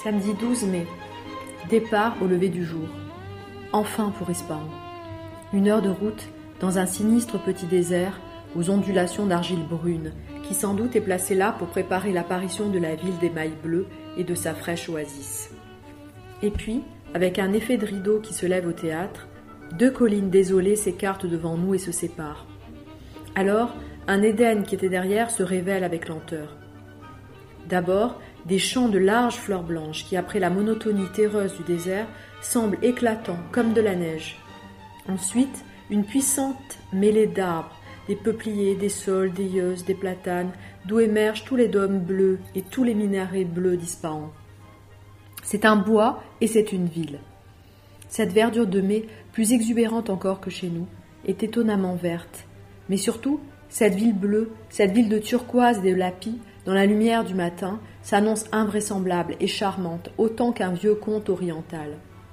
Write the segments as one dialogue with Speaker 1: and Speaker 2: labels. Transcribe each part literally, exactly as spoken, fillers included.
Speaker 1: Samedi douze mai. Départ au lever du jour. Enfin pour Ispahan. Une heure de route dans un sinistre petit désert aux ondulations d'argile brune, qui sans doute est placé là pour préparer l'apparition de la ville des mailles bleues et de sa fraîche oasis. Et puis, avec un effet de rideau qui se lève au théâtre, deux collines désolées s'écartent devant nous et se séparent. Alors, un Éden qui était derrière se révèle avec lenteur. D'abord, des champs de larges fleurs blanches qui, après la monotonie terreuse du désert, semblent éclatants comme de la neige. Ensuite, une puissante mêlée d'arbres, des peupliers, des saules, des yeuzes, des platanes, d'où émergent tous les dômes bleus et tous les minarets bleus d'Ispahan. C'est un bois et c'est une ville. Cette verdure de mai, plus exubérante encore que chez nous, est étonnamment verte. Mais surtout, cette ville bleue, cette ville de turquoise et de lapis, dans la lumière du matin, s'annonce invraisemblable et charmante, autant qu'un vieux conte oriental.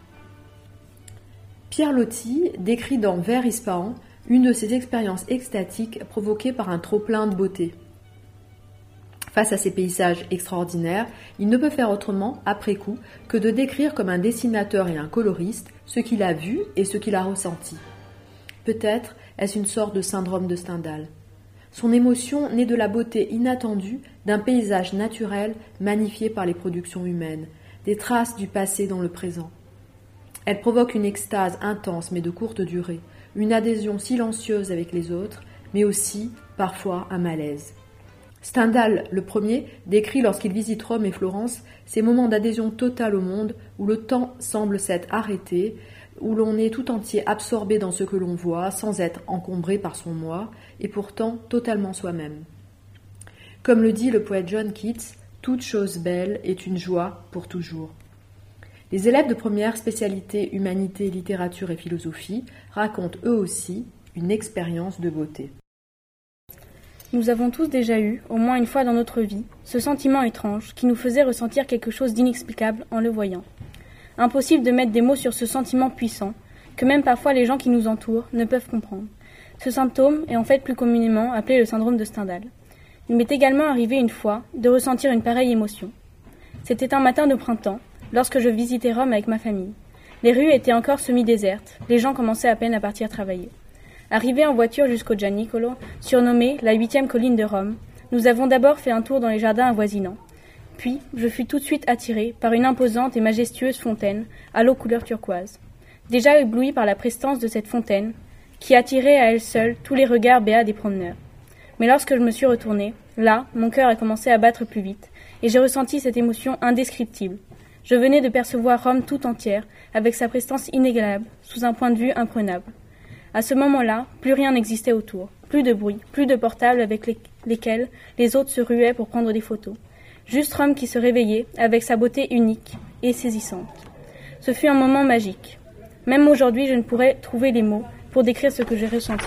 Speaker 1: Pierre Loti décrit dans Vers Ispahan une de ces expériences extatiques provoquées par un trop-plein de beauté. Face à ces paysages extraordinaires, il ne peut faire autrement, après coup, que de décrire comme un dessinateur et un coloriste ce qu'il a vu et ce qu'il a ressenti. Peut-être est-ce une sorte de syndrome de Stendhal. Son émotion naît de la beauté inattendue d'un paysage naturel magnifié par les productions humaines, des traces du passé dans le présent. Elle provoque une extase intense mais de courte durée, une adhésion silencieuse avec les autres, mais aussi, parfois, un malaise. Stendhal, le premier, décrit lorsqu'il visite Rome et Florence ces moments d'adhésion totale au monde où le temps semble s'être arrêté, où l'on est tout entier absorbé dans ce que l'on voit, sans être encombré par son moi, et pourtant totalement soi-même. Comme le dit le poète John Keats, « Toute chose belle est une joie pour toujours ». Les élèves de première spécialité humanité, littérature et philosophie racontent eux aussi une expérience de beauté.
Speaker 2: Nous avons tous déjà eu, au moins une fois dans notre vie, ce sentiment étrange qui nous faisait ressentir quelque chose d'inexplicable en le voyant. Impossible de mettre des mots sur ce sentiment puissant, que même parfois les gens qui nous entourent ne peuvent comprendre. Ce symptôme est en fait plus communément appelé le syndrome de Stendhal. Il m'est également arrivé une fois de ressentir une pareille émotion. C'était un matin de printemps, lorsque je visitais Rome avec ma famille. Les rues étaient encore semi-désertes, les gens commençaient à peine à partir travailler. Arrivés en voiture jusqu'au Gianicolo, surnommé la huitième colline de Rome, nous avons d'abord fait un tour dans les jardins avoisinants. Puis, je fus tout de suite attiré par une imposante et majestueuse fontaine à l'eau couleur turquoise. Déjà ébloui par la prestance de cette fontaine, qui attirait à elle seule tous les regards béats des promeneurs. Mais lorsque je me suis retourné, là, mon cœur a commencé à battre plus vite, et j'ai ressenti cette émotion indescriptible. Je venais de percevoir Rome tout entière, avec sa prestance inégalable, sous un point de vue imprenable. À ce moment-là, plus rien n'existait autour, plus de bruit, plus de portables avec les, lesquels les autres se ruaient pour prendre des photos. Juste Rome qui se réveillait, avec sa beauté unique et saisissante. Ce fut un moment magique. Même aujourd'hui, je ne pourrais trouver les mots pour décrire ce que j'ai ressenti.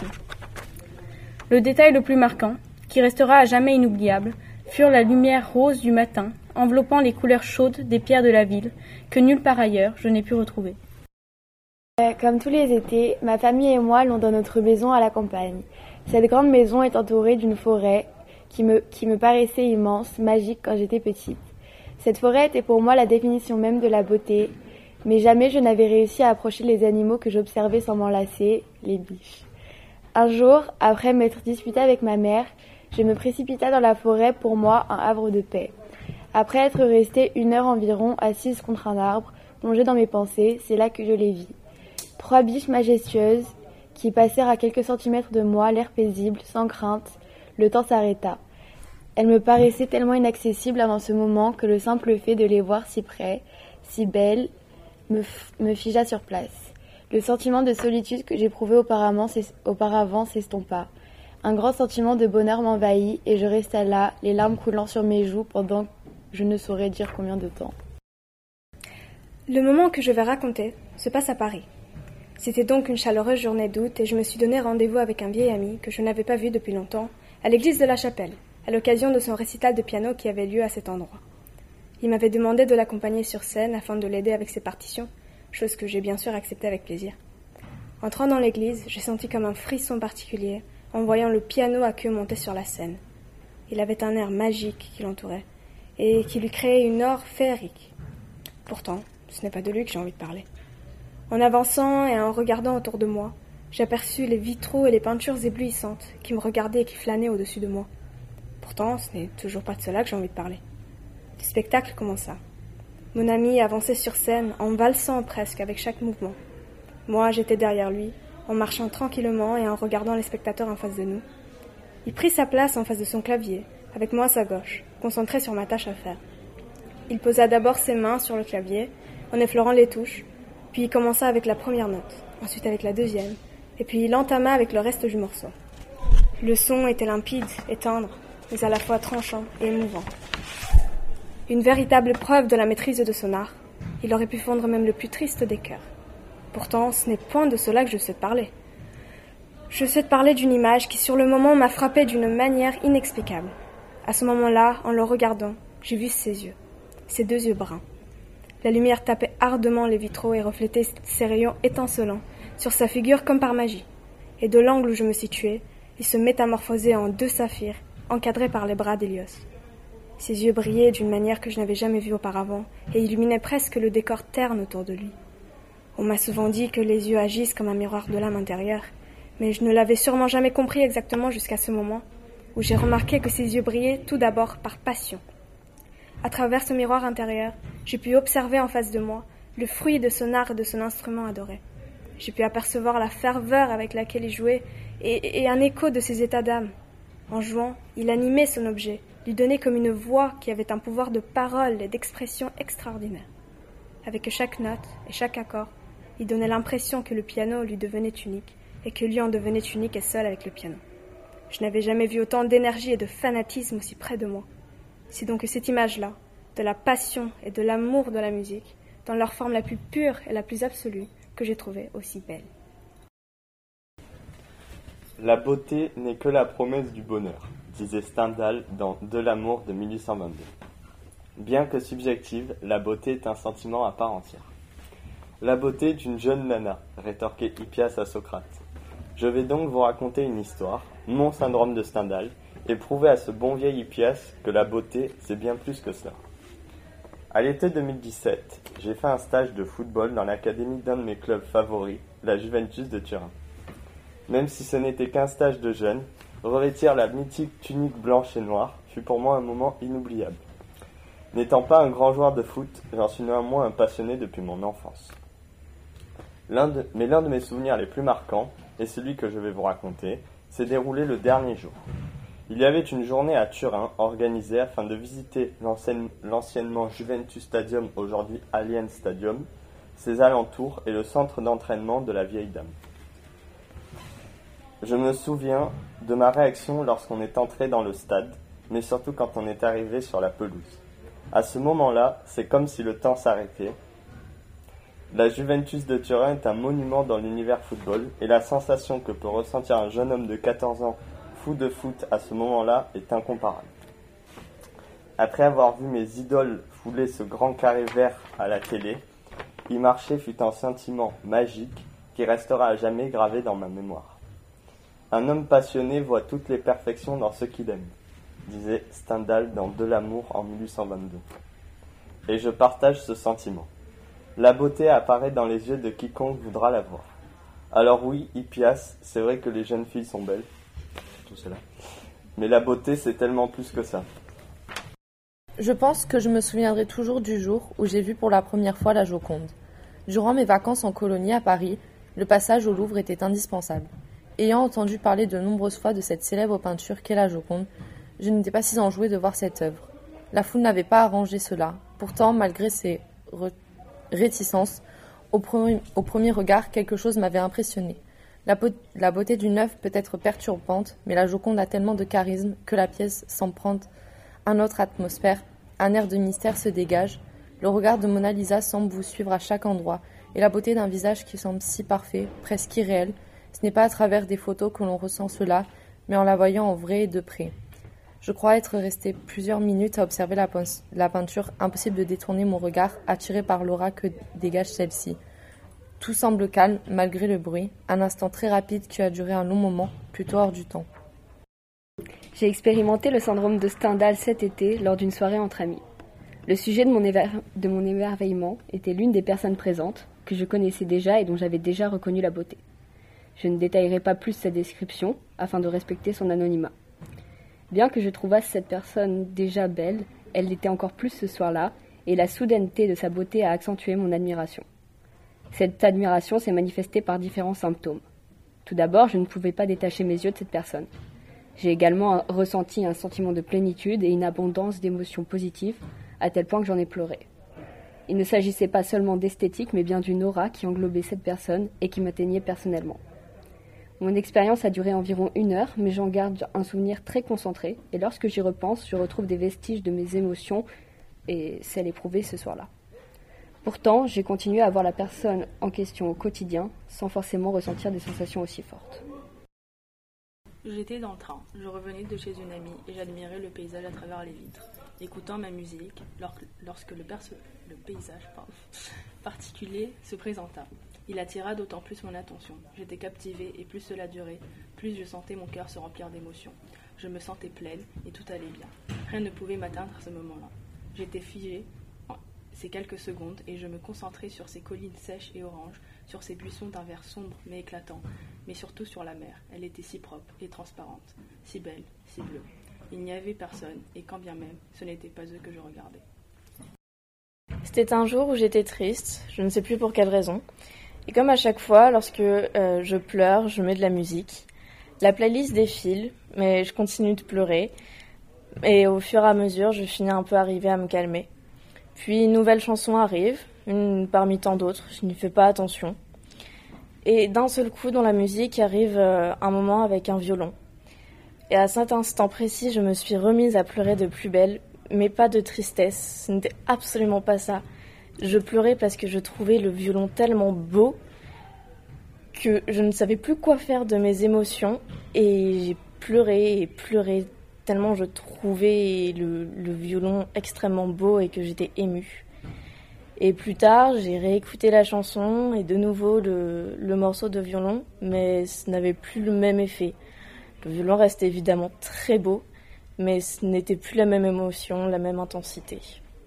Speaker 2: Le détail le plus marquant, qui restera à jamais inoubliable, furent la lumière rose du matin, enveloppant les couleurs chaudes des pierres de la ville, que nulle part ailleurs je n'ai pu retrouver.
Speaker 3: Comme tous les étés, ma famille et moi allons dans notre maison à la campagne. Cette grande maison est entourée d'une forêt qui me, qui me paraissait immense, magique quand j'étais petite. Cette forêt était pour moi la définition même de la beauté, mais jamais je n'avais réussi à approcher les animaux que j'observais sans m'en lasser, les biches. Un jour, après m'être disputée avec ma mère, je me précipita dans la forêt, pour moi un havre de paix. Après être restée une heure environ assise contre un arbre, plongée dans mes pensées, c'est là que je les vis. Trois biches majestueuses qui passèrent à quelques centimètres de moi, l'air paisible, sans crainte. Le temps s'arrêta. Elles me paraissaient tellement inaccessibles avant ce moment que le simple fait de les voir si près, si belles, me, f- me figea sur place. Le sentiment de solitude que j'éprouvais auparavant, s'es- auparavant s'estompa. Un grand sentiment de bonheur m'envahit et je restai là, les larmes coulant sur mes joues pendant je ne saurais dire combien de temps.
Speaker 4: Le moment que je vais raconter se passe à Paris. C'était donc une chaleureuse journée d'août et je me suis donné rendez-vous avec un vieil ami que je n'avais pas vu depuis longtemps à l'église de la Chapelle, à l'occasion de son récital de piano qui avait lieu à cet endroit. Il m'avait demandé de l'accompagner sur scène afin de l'aider avec ses partitions, chose que j'ai bien sûr acceptée avec plaisir. Entrant dans l'église, j'ai senti comme un frisson particulier en voyant le piano à queue monter sur la scène. Il avait un air magique qui l'entourait et qui lui créait une aure féerique. Pourtant, ce n'est pas de lui que j'ai envie de parler. En avançant et en regardant autour de moi, j'aperçus les vitraux et les peintures éblouissantes qui me regardaient et qui flânaient au-dessus de moi. Pourtant, ce n'est toujours pas de cela que j'ai envie de parler. Le spectacle commença. Mon ami avançait sur scène en valsant presque avec chaque mouvement. Moi, j'étais derrière lui, en marchant tranquillement et en regardant les spectateurs en face de nous. Il prit sa place en face de son clavier, avec moi à sa gauche, concentré sur ma tâche à faire. Il posa d'abord ses mains sur le clavier, en effleurant les touches, puis il commença avec la première note, ensuite avec la deuxième, et puis il entama avec le reste du morceau. Le son était limpide et tendre, mais à la fois tranchant et émouvant. Une véritable preuve de la maîtrise de son art, il aurait pu fondre même le plus triste des cœurs. Pourtant, ce n'est point de cela que je souhaite parler. Je souhaite parler d'une image qui, sur le moment, m'a frappée d'une manière inexplicable. À ce moment-là, en le regardant, j'ai vu ses yeux, ses deux yeux bruns. La lumière tapait ardemment les vitraux et reflétait ses rayons étincelants sur sa figure comme par magie. Et de l'angle où je me situais, il se métamorphosait en deux saphirs, encadrés par les bras d'Hélios. Ses yeux brillaient d'une manière que je n'avais jamais vue auparavant et illuminaient presque le décor terne autour de lui. On m'a souvent dit que les yeux agissent comme un miroir de l'âme intérieure, mais je ne l'avais sûrement jamais compris exactement jusqu'à ce moment, où j'ai remarqué que ses yeux brillaient tout d'abord par passion. À travers ce miroir intérieur, j'ai pu observer en face de moi le fruit de son art et de son instrument adoré. J'ai pu apercevoir la ferveur avec laquelle il jouait et, et un écho de ses états d'âme. En jouant, il animait son objet, lui donnait comme une voix qui avait un pouvoir de parole et d'expression extraordinaire. Avec chaque note et chaque accord, il donnait l'impression que le piano lui devenait unique et que lui en devenait unique et seul avec le piano. Je n'avais jamais vu autant d'énergie et de fanatisme aussi près de moi. C'est donc cette image-là, de la passion et de l'amour de la musique, dans leur forme la plus pure et la plus absolue, que j'ai trouvée aussi belle.
Speaker 5: La beauté n'est que la promesse du bonheur, disait Stendhal dans De l'amour de mille huit cent vingt-deux. Bien que subjective, la beauté est un sentiment à part entière. La beauté d'une jeune nana, rétorquait Hippias à Socrate. Je vais donc vous raconter une histoire, mon syndrome de Stendhal, et prouver à ce bon vieil Hippias que la beauté, c'est bien plus que cela. À l'été deux mille dix-sept, j'ai fait un stage de football dans l'académie d'un de mes clubs favoris, la Juventus de Turin. Même si ce n'était qu'un stage de jeunes, revêtir la mythique tunique blanche et noire fut pour moi un moment inoubliable. N'étant pas un grand joueur de foot, j'en suis néanmoins un passionné depuis mon enfance. L'un de, mais l'un de mes souvenirs les plus marquants, et celui que je vais vous raconter, s'est déroulé le dernier jour. Il y avait une journée à Turin organisée afin de visiter l'anciennement Juventus Stadium, aujourd'hui Allianz Stadium, ses alentours et le centre d'entraînement de la vieille dame. Je me souviens de ma réaction lorsqu'on est entré dans le stade, mais surtout quand on est arrivé sur la pelouse. À ce moment-là, c'est comme si le temps s'arrêtait. La Juventus de Turin est un monument dans l'univers football et la sensation que peut ressentir un jeune homme de quatorze ans fou de foot à ce moment-là est incomparable. Après avoir vu mes idoles fouler ce grand carré vert à la télé, y marcher fut un sentiment magique qui restera à jamais gravé dans ma mémoire. Un homme passionné voit toutes les perfections dans ce qu'il aime, disait Stendhal dans De l'amour en mille huit cent vingt-deux. Et je partage ce sentiment. La beauté apparaît dans les yeux de quiconque voudra la voir. Alors oui, Hippias, c'est vrai que les jeunes filles sont belles, tout cela. Mais la beauté, c'est tellement plus que ça.
Speaker 1: Je pense que je me souviendrai toujours du jour où j'ai vu pour la première fois la Joconde. Durant mes vacances en colonie à Paris, le passage au Louvre était indispensable. Ayant entendu parler de nombreuses fois de cette célèbre peinture qu'est la Joconde, je n'étais pas si enjouée de voir cette œuvre. La foule n'avait pas arrangé cela. Pourtant, malgré ses re- réticences, au premier, au premier regard, quelque chose m'avait impressionné. La, po- la beauté d'une œuvre peut être perturbante, mais la Joconde a tellement de charisme que la pièce semble prendre une autre atmosphère, un air de mystère se dégage. Le regard de Mona Lisa semble vous suivre à chaque endroit, et la beauté d'un visage qui semble si parfait, presque irréel, ce n'est pas à travers des photos que l'on ressent cela, mais en la voyant en vrai et de près. Je crois être resté plusieurs minutes à observer la, pe- la peinture, impossible de détourner mon regard, attiré par l'aura que dégage celle-ci. Tout semble calme, malgré le bruit, un instant très rapide qui a duré un long moment, plutôt hors du temps.
Speaker 6: J'ai expérimenté le syndrome de Stendhal cet été lors d'une soirée entre amis. Le sujet de mon, éver- de mon émerveillement était l'une des personnes présentes, que je connaissais déjà et dont j'avais déjà reconnu la beauté. Je ne détaillerai pas plus sa description, afin de respecter son anonymat. Bien que je trouvasse cette personne déjà belle, elle l'était encore plus ce soir-là, et la soudaineté de sa beauté a accentué mon admiration. Cette admiration s'est manifestée par différents symptômes. Tout d'abord, je ne pouvais pas détacher mes yeux de cette personne. J'ai également ressenti un sentiment de plénitude et une abondance d'émotions positives, à tel point que j'en ai pleuré. Il ne s'agissait pas seulement d'esthétique, mais bien d'une aura qui englobait cette personne et qui m'atteignait personnellement. Mon expérience a duré environ une heure, mais j'en garde un souvenir très concentré, et lorsque j'y repense, je retrouve des vestiges de mes émotions et celles éprouvées ce soir-là. Pourtant, j'ai continué à voir la personne en question au quotidien, sans forcément ressentir des sensations aussi fortes.
Speaker 7: J'étais dans le train, je revenais de chez une amie et j'admirais le paysage à travers les vitres, écoutant ma musique lorsque le, perso- le paysage pardon, particulier se présenta. Il attira d'autant plus mon attention. J'étais captivée et plus cela durait, plus je sentais mon cœur se remplir d'émotions. Je me sentais pleine et tout allait bien. Rien ne pouvait m'atteindre à ce moment-là. J'étais figée en ces quelques secondes et je me concentrais sur ces collines sèches et oranges, sur ces buissons d'un vert sombre mais éclatant, mais surtout sur la mer. Elle était si propre et transparente, si belle, si bleue. Il n'y avait personne et quand bien même, ce n'était pas eux que je regardais.
Speaker 8: C'était un jour où j'étais triste, je ne sais plus pour quelle raison. Et comme à chaque fois, lorsque euh, je pleure, je mets de la musique. La playlist défile, mais je continue de pleurer. Et au fur et à mesure, je finis un peu arriver à me calmer. Puis une nouvelle chanson arrive, une parmi tant d'autres, je n'y fais pas attention. Et d'un seul coup, dans la musique, arrive euh, un moment avec un violon. Et à cet instant précis, je me suis remise à pleurer de plus belle, mais pas de tristesse, ce n'était absolument pas ça. Je pleurais parce que je trouvais le violon tellement beau que je ne savais plus quoi faire de mes émotions et j'ai pleuré et pleuré tellement je trouvais le, le violon extrêmement beau et que j'étais émue. Et plus tard, j'ai réécouté la chanson et de nouveau le, le morceau de violon, mais ce n'avait plus le même effet. Le violon restait évidemment très beau, mais ce n'était plus la même émotion, la même intensité.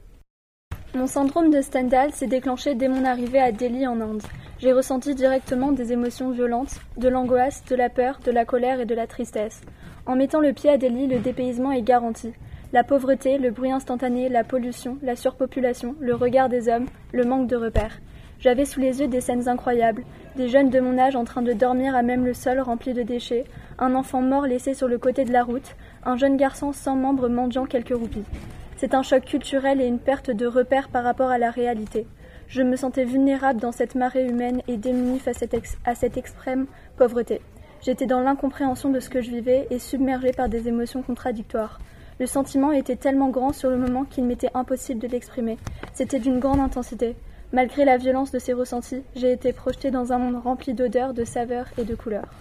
Speaker 2: Mon syndrome de Stendhal s'est déclenché dès mon arrivée à Delhi en Inde. J'ai ressenti directement des émotions violentes, de l'angoisse, de la peur, de la colère et de la tristesse. En mettant le pied à Delhi, le dépaysement est garanti. La pauvreté, le bruit instantané, la pollution, la surpopulation, le regard des hommes, le manque de repères. J'avais sous les yeux des scènes incroyables, des jeunes de mon âge en train de dormir à même le sol rempli de déchets, un enfant mort laissé sur le côté de la route, un jeune garçon sans membre mendiant quelques roupies. C'est un choc culturel et une perte de repères par rapport à la réalité. Je me sentais vulnérable dans cette marée humaine et démunie face à cette extrême pauvreté. J'étais dans l'incompréhension de ce que je vivais et submergée par des émotions contradictoires. Le sentiment était tellement grand sur le moment qu'il m'était impossible de l'exprimer. C'était d'une grande intensité. Malgré la violence de ces ressentis, j'ai été projetée dans un monde rempli d'odeurs, de saveurs et de couleurs.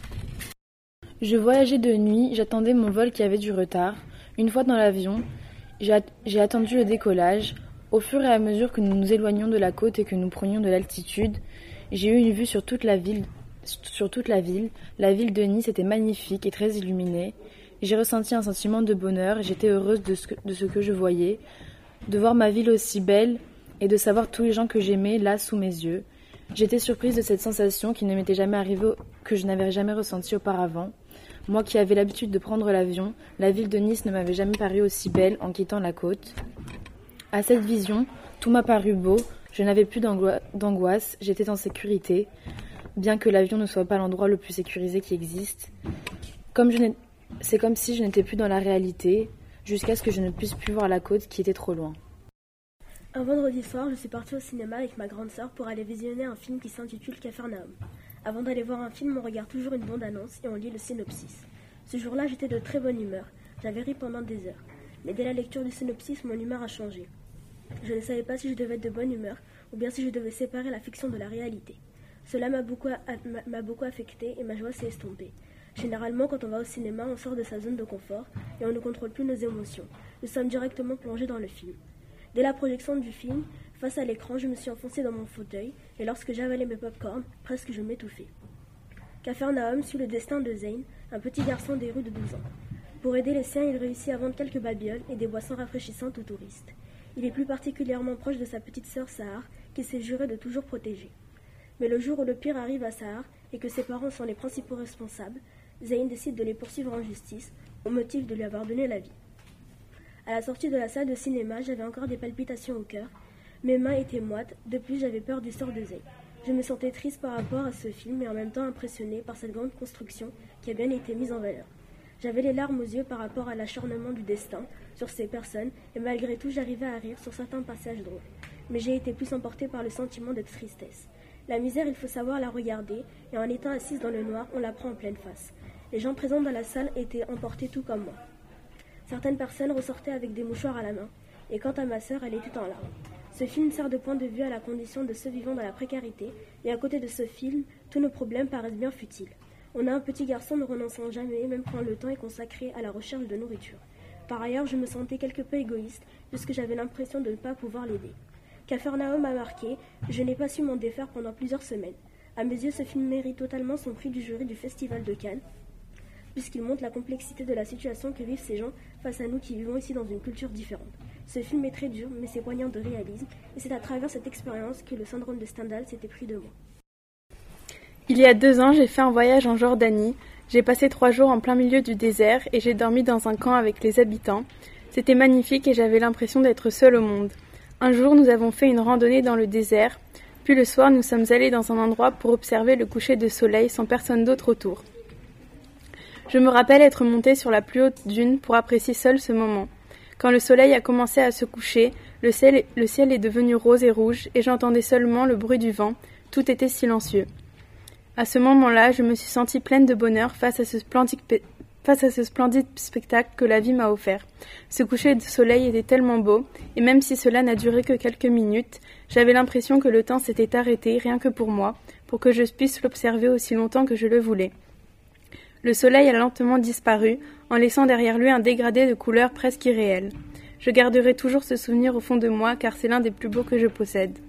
Speaker 9: Je voyageais de nuit, j'attendais mon vol qui avait du retard. Une fois dans l'avion, j'ai, at- j'ai attendu le décollage. Au fur et à mesure que nous nous éloignions de la côte et que nous prenions de l'altitude, j'ai eu une vue sur toute la ville. Sur toute la ville. La ville de Nice était magnifique et très illuminée. J'ai ressenti un sentiment de bonheur. J'étais heureuse de ce que, de ce que je voyais, de voir ma ville aussi belle et de savoir tous les gens que j'aimais là sous mes yeux. J'étais surprise de cette sensation qui ne m'était jamais arrivée, que je n'avais jamais ressentie auparavant. Moi qui avais l'habitude de prendre l'avion, la ville de Nice ne m'avait jamais paru aussi belle en quittant la côte. À cette vision, tout m'a paru beau, je n'avais plus d'angoi- d'angoisse, j'étais en sécurité, bien que l'avion ne soit pas l'endroit le plus sécurisé qui existe. Comme je n'ai... C'est comme si je n'étais plus dans la réalité, jusqu'à ce que je ne puisse plus voir la côte qui était trop loin.
Speaker 10: Un vendredi soir, je suis partie au cinéma avec ma grande sœur pour aller visionner un film qui s'intitule Capharnaüm. Avant d'aller voir un film, on regarde toujours une bande-annonce et on lit le synopsis. Ce jour-là, j'étais de très bonne humeur. J'avais ri pendant des heures. Mais dès la lecture du synopsis, mon humeur a changé. Je ne savais pas si je devais être de bonne humeur ou bien si je devais séparer la fiction de la réalité. Cela m'a beaucoup, a- m'a beaucoup affectée et ma joie s'est estompée. Généralement, quand on va au cinéma, on sort de sa zone de confort et on ne contrôle plus nos émotions. Nous sommes directement plongés dans le film. Dès la projection du film, face à l'écran, je me suis enfoncée dans mon fauteuil et lorsque j'avalais mes pop-corn, presque je m'étouffais. Capharnaüm suit le destin de Zayn, un petit garçon des rues de douze ans. Pour aider les siens, il réussit à vendre quelques babioles et des boissons rafraîchissantes aux touristes. Il est plus particulièrement proche de sa petite sœur Sahar, qu'il s'est juré de toujours protéger. Mais le jour où le pire arrive à Sahar et que ses parents sont les principaux responsables, Zayn décide de les poursuivre en justice au motif de lui avoir donné la vie. À la sortie de la salle de cinéma, j'avais encore des palpitations au cœur. Mes mains étaient moites, de plus j'avais peur du sort de Zayn. Je me sentais triste par rapport à ce film et en même temps impressionnée par cette grande construction qui a bien été mise en valeur. J'avais les larmes aux yeux par rapport à l'acharnement du destin sur ces personnes et malgré tout j'arrivais à rire sur certains passages drôles. Mais j'ai été plus emportée par le sentiment de tristesse. La misère, il faut savoir la regarder et en étant assise dans le noir, on la prend en pleine face. Les gens présents dans la salle étaient emportés tout comme moi. Certaines personnes ressortaient avec des mouchoirs à la main et quant à ma sœur, elle était en larmes. Ce film sert de point de vue à la condition de ceux vivant dans la précarité et à côté de ce film, tous nos problèmes paraissent bien futiles. On a un petit garçon ne renonçant jamais, même quand le temps est consacré à la recherche de nourriture. Par ailleurs, je me sentais quelque peu égoïste, puisque j'avais l'impression de ne pas pouvoir l'aider. Capharnaüm m'a marqué, je n'ai pas su m'en défaire pendant plusieurs semaines. À mes yeux, ce film mérite totalement son prix du jury du Festival de Cannes, puisqu'il montre la complexité de la situation que vivent ces gens face à nous qui vivons ici dans une culture différente. Ce film est très dur, mais c'est poignant de réalisme, et c'est à travers cette expérience que le syndrome de Stendhal s'est épris de moi.
Speaker 11: Il y a deux ans, j'ai fait un voyage en Jordanie. J'ai passé trois jours en plein milieu du désert et j'ai dormi dans un camp avec les habitants. C'était magnifique et j'avais l'impression d'être seule au monde. Un jour, nous avons fait une randonnée dans le désert, puis le soir, nous sommes allés dans un endroit pour observer le coucher de soleil sans personne d'autre autour. Je me rappelle être montée sur la plus haute dune pour apprécier seule ce moment. Quand le soleil a commencé à se coucher, le ciel, le ciel est devenu rose et rouge et j'entendais seulement le bruit du vent. Tout était silencieux. À ce moment-là, je me suis sentie pleine de bonheur face à ce splendide, face à ce splendide spectacle que la vie m'a offert. Ce coucher de soleil était tellement beau, et même si cela n'a duré que quelques minutes, j'avais l'impression que le temps s'était arrêté rien que pour moi, pour que je puisse l'observer aussi longtemps que je le voulais. Le soleil a lentement disparu, en laissant derrière lui un dégradé de couleurs presque irréelles. Je garderai toujours ce souvenir au fond de moi, car c'est l'un des plus beaux que je possède.